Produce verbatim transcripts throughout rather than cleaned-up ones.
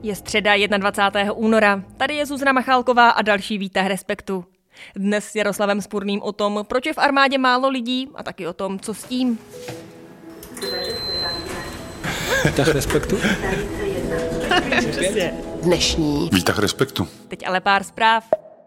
Je středa dvacátého prvního února. Tady je Zuzana Machálková a další výtah Respektu. Dnes s Jaroslavem Spurným o tom, proč je v armádě málo lidí a taky o tom, co s tím. Výtah Respektu? Dnešní Výtah Respektu. Teď ale pár zpráv.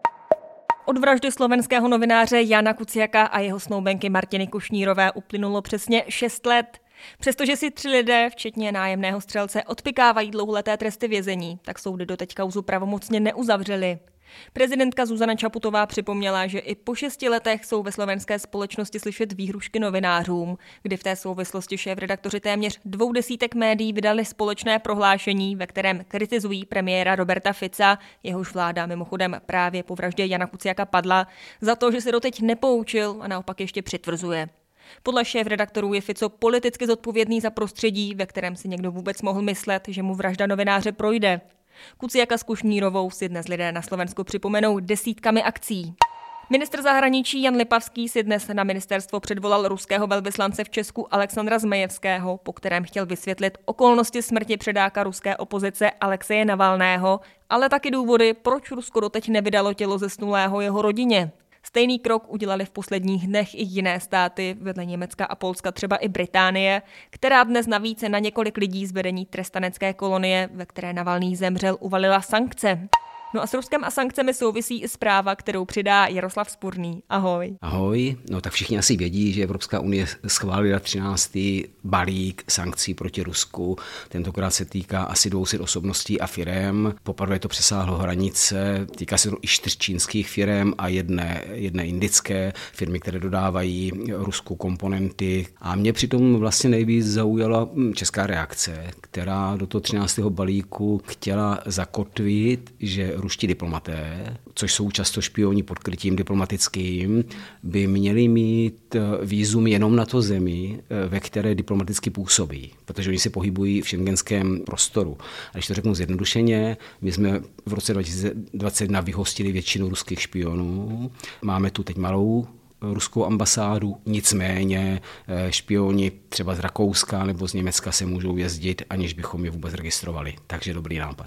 Od vraždy slovenského novináře Jana Kuciaka a jeho snoubenky Martiny Kušnírové uplynulo přesně šest let. Přestože si tři lidé, včetně nájemného střelce, odpikávají dlouholeté tresty vězení, tak soudy doteď kauzu pravomocně neuzavřely. Prezidentka Zuzana Čaputová připomněla, že i po šesti letech jsou ve slovenské společnosti slyšet výhrušky novinářům, kdy v té souvislosti šéfredaktoři téměř dvou desítek médií vydali společné prohlášení, ve kterém kritizují premiéra Roberta Fica, jehož vláda mimochodem právě po vraždě Jana Kuciaka padla, za to, že se doteď nepoučil a naopak ještě přitvrzuje. Podle šéfredaktorů je Fico politicky zodpovědný za prostředí, ve kterém si někdo vůbec mohl myslet, že mu vražda novináře projde. Kuciaka s Kušnírovou si dnes lidé na Slovensku připomenou desítkami akcí. Ministr zahraničí Jan Lipavský si dnes na ministerstvo předvolal ruského velvyslance v Česku Alexandra Zmejevského, po kterém chtěl vysvětlit okolnosti smrti předáka ruské opozice Alexeje Navalného, ale taky důvody, proč Rusko doteď nevydalo tělo zesnulého jeho rodině. Stejný krok udělali v posledních dnech i jiné státy, vedle Německa a Polska třeba i Británie, která dnes navíc na několik lidí z vedení trestanecké kolonie, ve které Navalný zemřel, uvalila sankce. No a s Ruskem a sankcemi souvisí i zpráva, kterou přidá Jaroslav Spurný. Ahoj. Ahoj. No tak všichni asi vědí, že Evropská unie schválila třináctý balík sankcí proti Rusku. Tentokrát se týká asi dvou set osobností a firem. Poprvé to přesáhlo hranice. Týká se to i čtyř čínských firem a jedné, jedné indické firmy, které dodávají Rusku komponenty. A mě přitom vlastně nejvíc zaujala česká reakce, která do toho třináctého balíku chtěla zakotvit, že ruští diplomaté, což jsou často špioni pod krytím diplomatickým, by měli mít vízum jenom na to zemi, ve které diplomaticky působí, protože oni se pohybují v schengenském prostoru. A když to řeknu zjednodušeně, my jsme v roce dva tisíce dvacet jedna vyhostili většinu ruských špionů. Máme tu teď malou ruskou ambasádu, nicméně špioni třeba z Rakouska nebo z Německa se můžou jezdit, aniž bychom je vůbec registrovali. Takže dobrý nápad.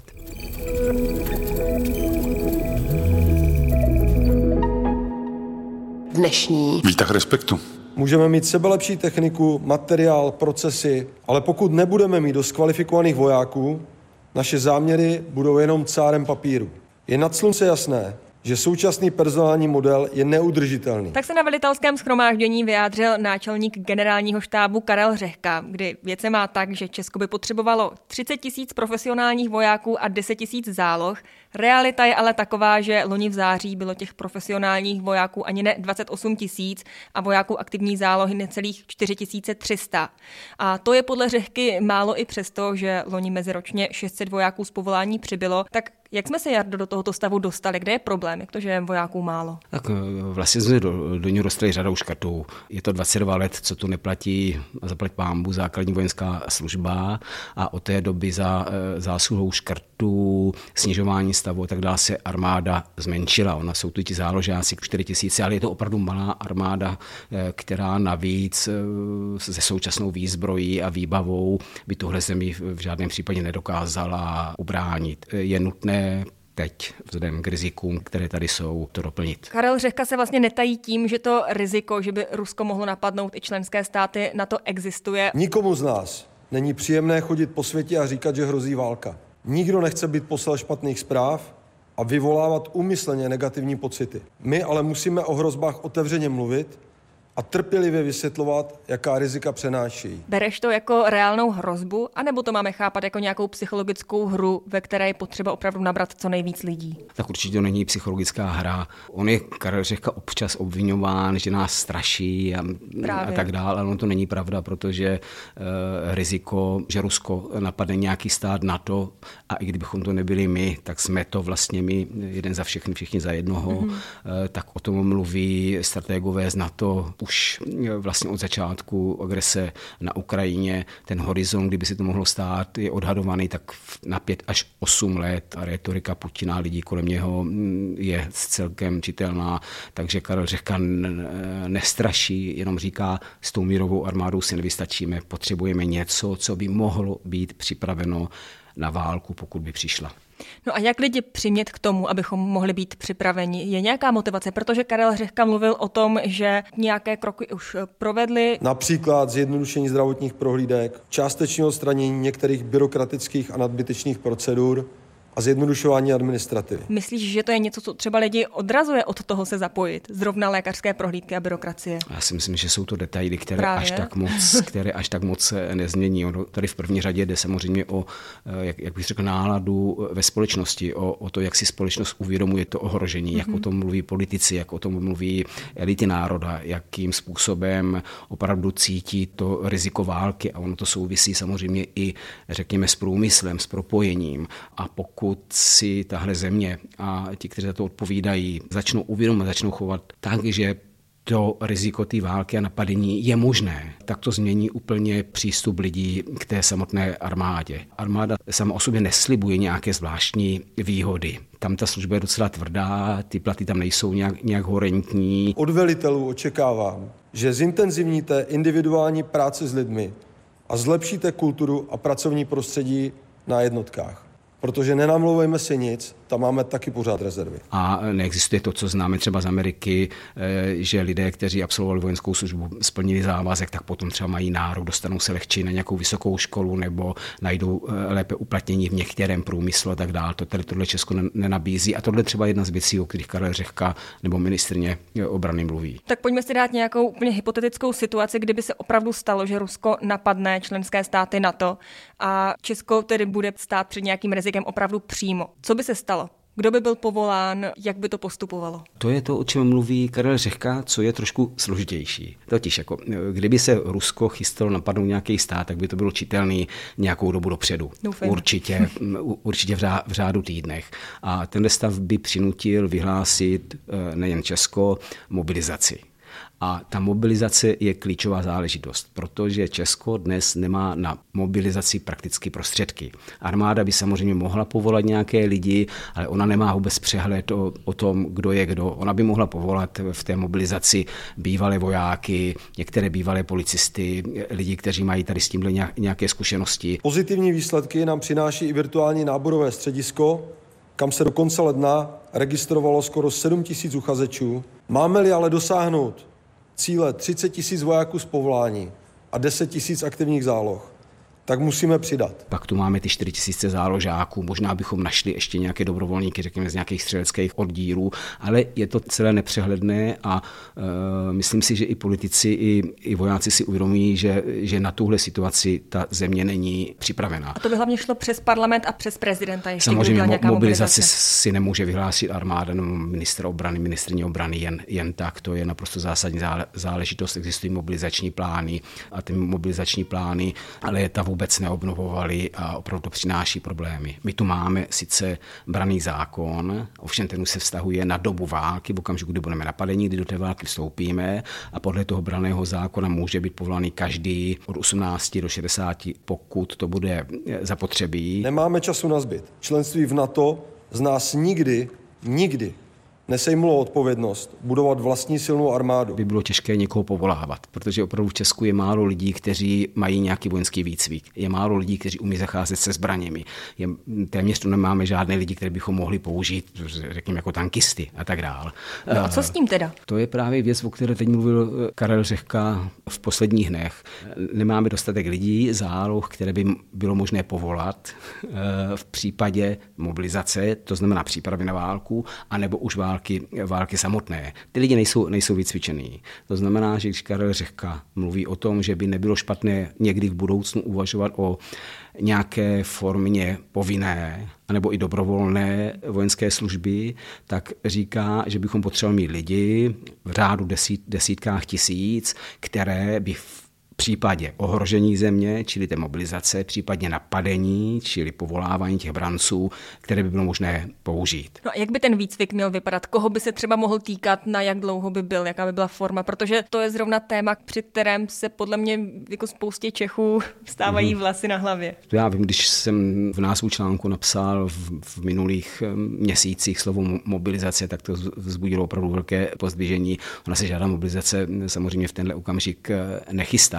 dnešní Výtah Respektu. Můžeme mít sebelepší techniku, materiál, procesy, ale pokud nebudeme mít dost kvalifikovaných vojáků, naše záměry budou jenom cárem papíru. Je nad slunce jasné, že současný personální model je neudržitelný. Tak se na velitelském shromáždění vyjádřil náčelník generálního štábu Karel Řehka, kdy věc se má tak, že Česko by potřebovalo třicet tisíc profesionálních vojáků a deset tisíc záloh. Realita je ale taková, že loni v září bylo těch profesionálních vojáků ani ne dvacet osm tisíc a vojáků aktivní zálohy necelých čtyři tisíce tři sta. A to je podle Řehky málo i přesto, že loni meziročně šest set vojáků z povolání přibylo. Tak jak jsme se, Jardo, do tohoto stavu dostali? Kde je problém? Jak to, že je vojáků málo? Tak vlastně jsme do, do něj dostali řadou škrtů. Je to dvacet dva let, co tu neplatí zaplať pánbu základní vojenská služba a od té doby za zásluhou škrtů, snižování stavu a tak dále se armáda zmenšila. Ona jsou tu ti záložáci čtyři tisíce, ale je to opravdu malá armáda, která navíc se současnou výzbrojí a výbavou by tohle zemi v žádném případě nedokázala ubránit. Je nutné teď vzhledem k rizikům, které tady jsou, to doplnit. Karel Řehka se vlastně netají tím, že to riziko, že by Rusko mohlo napadnout i členské státy, na to existuje. Nikomu z nás není příjemné chodit po světě a říkat, že hrozí válka. Nikdo nechce být poslal špatných zpráv a vyvolávat úmyslně negativní pocity. My ale musíme o hrozbách otevřeně mluvit a trpělivě vysvětlovat, jaká rizika přenáší. Bereš to jako reálnou hrozbu, anebo to máme chápat jako nějakou psychologickou hru, ve které je potřeba opravdu nabrat co nejvíc lidí? Tak určitě to není psychologická hra. On je, Karel Řehka, občas obviňován, že nás straší a, a tak dále, ale on to není pravda, protože e, riziko, že Rusko napadne nějaký stát NATO a i kdybychom to nebyli my, tak jsme to vlastně my, jeden za všechny, všichni za jednoho, mm-hmm. e, tak o tom mluví strategové z NATO už vlastně od začátku agrese na Ukrajině. Ten horizont, kdyby se to mohlo stát, je odhadovaný tak na pět až osm let a rétorika Putina lidí kolem něho je celkem čitelná, takže Karel Řehka nestraší, jenom říká, s tou mírovou armádou si nevystačíme, potřebujeme něco, co by mohlo být připraveno na válku, pokud by přišla. No a jak lidi přimět k tomu, abychom mohli být připraveni? Je nějaká motivace? Protože Karel Řehka mluvil o tom, že nějaké kroky už provedli. Například zjednodušení zdravotních prohlídek, částečné odstranění některých byrokratických a nadbytečných procedur a zjednodušování administrativy. Myslíš, že to je něco, co třeba lidi odrazuje od toho se zapojit? Zrovna lékařské prohlídky a byrokracie? Já si myslím, že jsou to detaily, které Právě. až tak moc, které až tak moc nezmění. Ono tady v první řadě jde samozřejmě o, jak, jak bych řekl, náladu ve společnosti, o, o to, jak si společnost uvědomuje to ohrožení, mm-hmm. jak o tom mluví politici, jak o tom mluví elity národa, jakým způsobem opravdu cítí to riziko války, a ono to souvisí samozřejmě i, řekněme, s průmyslem, s propojením. A pokud si tahle země a ti, kteří za to odpovídají, začnou uvědomovat, začnou chovat tak, že to riziko té války a napadení je možné, tak to změní úplně přístup lidí k té samotné armádě. Armáda sama o sobě neslibuje nějaké zvláštní výhody. Tam ta služba je docela tvrdá, ty platy tam nejsou nějak, nějak horentní. Od velitelů očekávám, že zintenzivníte individuální práci s lidmi a zlepšíte kulturu a pracovní prostředí na jednotkách. Protože nenamlouvejme si nic, tam máme taky pořád rezervy. A neexistuje to, co známe třeba z Ameriky, že lidé, kteří absolvovali vojenskou službu, splnili závazek, tak potom třeba mají nárok, dostanou se lehčí na nějakou vysokou školu nebo najdou lépe uplatnění v některém průmyslu a tak dále. To tady tohle Česko nenabízí. A tohle třeba jedna z věcí, o kterých Karel Řehka nebo ministryně obrany mluví. Tak pojďme si dát nějakou úplně hypotetickou situaci, kdyby se opravdu stalo, že Rusko napadne členské státy NATO a Česko tedy bude stát před nějakým rizikem opravdu přímo. Co by se stalo? Kdo by byl povolán, jak by to postupovalo? To je to, o čem mluví Karel Řehka, co je trošku složitější. Totiž, jako, kdyby se Rusko chystalo napadnout nějaký stát, tak by to bylo čitelný nějakou dobu dopředu. Doufám. Určitě, určitě v, řá, v řádu týdnech. A tenhle stav by přinutil vyhlásit nejen Česko mobilizaci. A ta mobilizace je klíčová záležitost, protože Česko dnes nemá na mobilizaci prakticky prostředky. Armáda by samozřejmě mohla povolat nějaké lidi, ale ona nemá vůbec přehled o, o tom, kdo je kdo. Ona by mohla povolat v té mobilizaci bývalé vojáky, některé bývalé policisty, lidi, kteří mají tady s tímhle nějaké zkušenosti. Pozitivní výsledky nám přináší i virtuální náborové středisko, kam se do konce ledna registrovalo skoro sedm tisíc uchazečů. Máme-li ale dosáhnout cíle třicet tisíc vojáků z povolání a deset tisíc aktivních záloh, tak musíme přidat. Pak tu máme ty čtyři tisíce záložáků, možná bychom našli ještě nějaké dobrovolníky, řekněme z nějakých střeleckých oddílů, ale je to celé nepřehledné a e, myslím si, že i politici, i, i vojáci si uvědomují, že, že na tuhle situaci ta země není připravená. A to by hlavně šlo přes parlament a přes prezidenta. Ještě samozřejmě mobilizaci mobilizace si nemůže vyhlásit armáda nebo ministr obrany, ministryně obrany jen, jen tak, to je naprosto zásadní záležitost, existují mobilizační plány a ty mobilizační plány, ale je ta vůbec neobnovovali a opravdu to přináší problémy. My tu máme sice branný zákon, ovšem ten už se vztahuje na dobu války, v okamžiku, kdy budeme napadeni, kdy do té války vstoupíme, a podle toho branného zákona může být povolaný každý od osmnácti do šedesáti, pokud to bude zapotřebí. Nemáme času na zbyt. Členství v NATO z nás nikdy, nikdy nesejmulo odpovědnost budovat vlastní silnou armádu. By bylo těžké někoho povolávat, protože opravdu v Česku je málo lidí, kteří mají nějaký vojenský výcvik. Je málo lidí, kteří umí zacházet se zbraněmi. Je, téměř tu nemáme žádné lidi, které bychom mohli použít, řekněme, jako tankisty a tak dál. No a co s tím teda? To je právě věc, o které teď mluvil Karel Řehka v posledních dnech. Nemáme dostatek lidí, záloh, které by bylo možné povolat v případě mobilizace, to znamená přípravy na válku, anebo už války Války, války samotné. Ty lidi nejsou, nejsou vycvičený. To znamená, že když Karel Řehka mluví o tom, že by nebylo špatné někdy v budoucnu uvažovat o nějaké formě povinné anebo i dobrovolné vojenské služby, tak říká, že bychom potřebovali mít lidi v řádu desít, desítkách tisíc, které by v V případě ohrožení země, čili té mobilizace, případně napadení, čili povolávání těch branců, které by bylo možné použít. No a jak by ten výcvik měl vypadat? Koho by se třeba mohl týkat, na jak dlouho by byl, jaká by byla forma? Protože to je zrovna téma, při kterém se podle mě jako spoustě Čechů vstávají mm-hmm. vlasy na hlavě. Já vím, když jsem v názvu článku napsal v, v minulých měsících slovo mobilizace, tak to vzbudilo opravdu velké pozdvižení. Ona se žádná mobilizace samozřejmě v tenhle okamžik nechystá.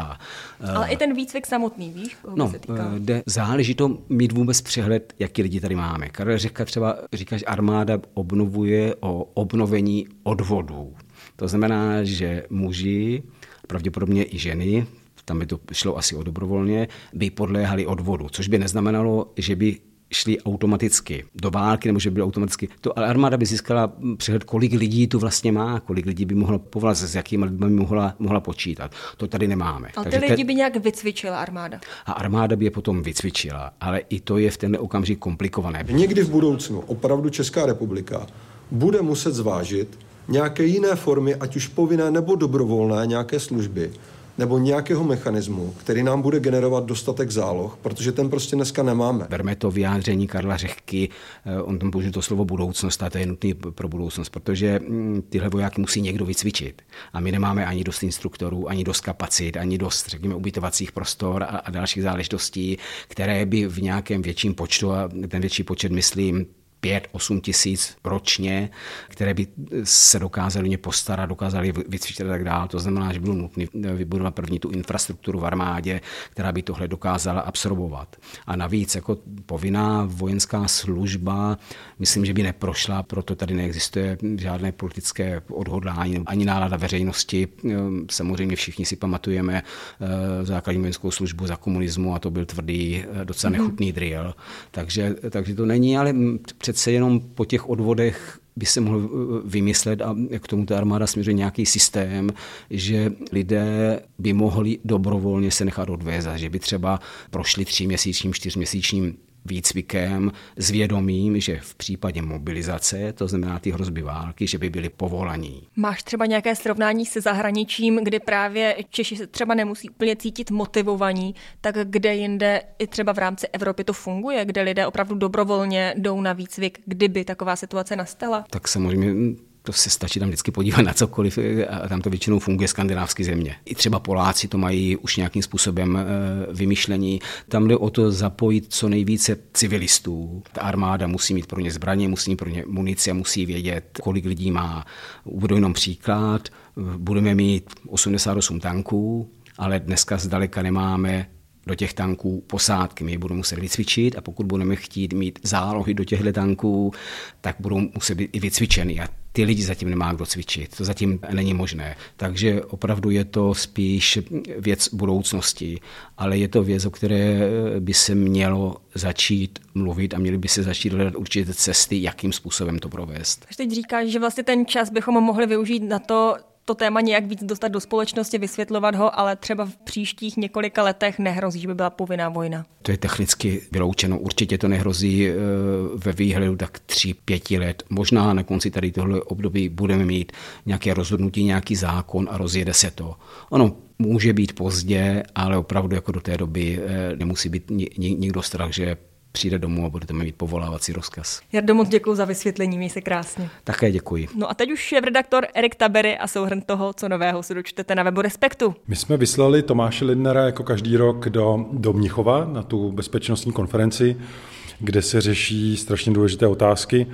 probíhá. Ale i ten výcvik samotný, víš, koho no, se týká? Jde, záleží to mít vůbec přehled, jaký lidi tady máme. Karel Řehka třeba říká, že armáda obnovuje o obnovení odvodů. To znamená, že muži, pravděpodobně i ženy, tam by to šlo asi o dobrovolně, by podléhali odvodu, což by neznamenalo, že by šli automaticky do války, nebo že by byly automaticky. To, ale armáda by získala přehled, kolik lidí tu vlastně má, kolik lidí by mohla povolat, s jakými lidmi by mohla, mohla počítat. To tady nemáme. Ale ty lidi by nějak vycvičila armáda. A armáda by je potom vycvičila, ale i to je v tenhle okamžik komplikované. Někdy v budoucnu opravdu Česká republika bude muset zvážit nějaké jiné formy, ať už povinné nebo dobrovolné nějaké služby, nebo nějakého mechanismu, který nám bude generovat dostatek záloh, protože ten prostě dneska nemáme. Berme to vyjádření Karla Řehky, on tam použil to slovo budoucnost, a to je nutné pro budoucnost, protože tyhle vojáky musí někdo vycvičit. A my nemáme ani dost instruktorů, ani dost kapacit, ani dost, řekněme, ubytovacích prostor a, a dalších záležitostí, které by v nějakém větším počtu, a ten větší počet, myslím, pět, osm tisíc ročně, které by se dokázali postarat, dokázali vycvičit a tak dále. To znamená, že bylo nutné vybudovat první tu infrastrukturu v armádě, která by tohle dokázala absorbovat. A navíc jako povinná vojenská služba, myslím, že by neprošla, proto tady neexistuje žádné politické odhodlání, ani nálada veřejnosti. Samozřejmě všichni si pamatujeme základní vojenskou službu za komunismu a to byl tvrdý, docela nechutný drill. Takže, takže to není, ale přece jenom po těch odvodech by se mohl vymyslet, a k tomu ta armáda směřuje nějaký systém, že lidé by mohli dobrovolně se nechat odvézat, že by třeba prošli tříměsíčním, čtyřměsíčním výcvikem s vědomím, že v případě mobilizace, to znamená ty hrozby války, že by byli povolaní. Máš třeba nějaké srovnání se zahraničím, kdy právě Češi se třeba nemusí úplně cítit motivovaní, tak kde jinde i třeba v rámci Evropy to funguje, kde lidé opravdu dobrovolně jdou na výcvik, kdyby taková situace nastala? Tak samozřejmě to se stačí tam vždycky podívat na cokoliv a tam to většinou funguje skandinávské země. I třeba Poláci to mají už nějakým způsobem vymyšlení. Tam jde o to zapojit co nejvíce civilistů. Ta armáda musí mít pro ně zbraně, musí mít pro ně munici a musí vědět, kolik lidí má. Uvedu jenom příklad. Budeme mít osmdesát osm tanků, ale dneska zdaleka nemáme do těch tanků posádky. My je budeme muset vycvičit a pokud budeme chtít mít zálohy do těchto tanků, tak budou muset být i vycvičeny. A ty lidi zatím nemá kdo cvičit. To zatím není možné. Takže opravdu je to spíš věc budoucnosti, ale je to věc, o které by se mělo začít mluvit a měly by se začít hledat určité cesty, jakým způsobem to provést. Takže teď říkáš, že vlastně ten čas bychom mohli využít na to, to téma nějak víc dostat do společnosti, vysvětlovat ho, ale třeba v příštích několika letech nehrozí, že by byla povinná vojna. To je technicky vyloučeno. Určitě to nehrozí ve výhledu tak tři, pěti let. Možná na konci tady tohle období budeme mít nějaké rozhodnutí, nějaký zákon a rozjede se to. Ono může být pozdě, ale opravdu jako do té doby nemusí být nikdo strach, že přijde domů a budete mít povolávací rozkaz. Jardo, moc děkuji za vysvětlení, měj se krásně. Také děkuji. No a teď už šéfredaktor Erik Tabery a souhrn toho, co nového se dočtete na webu Respektu. My jsme vyslali Tomáše Lindnera jako každý rok do, do Mnichova na tu bezpečnostní konferenci, kde se řeší strašně důležité otázky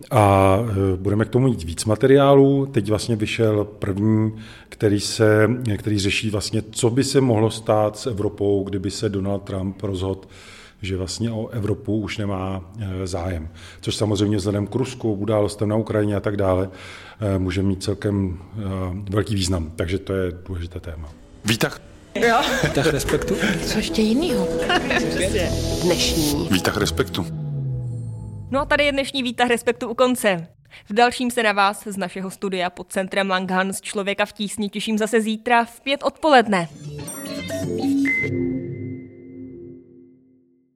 a budeme k tomu mít víc materiálů. Teď vlastně vyšel první, který, se, který řeší vlastně, co by se mohlo stát s Evropou, kdyby se Donald Trump rozhodl, že vlastně o Evropu už nemá zájem. Což samozřejmě vzhledem k Rusku, událostem na Ukrajině a tak dále může mít celkem velký význam. Takže to je důležité téma. Výtah. Jo. Výtah Respektu. Co ještě jinýho? Dnešní Výtah Respektu. No a tady je dnešní výtah Respektu u konce. V dalším se na vás z našeho studia pod centrem Langhans Člověka v tísni těším zase zítra v pět odpoledne.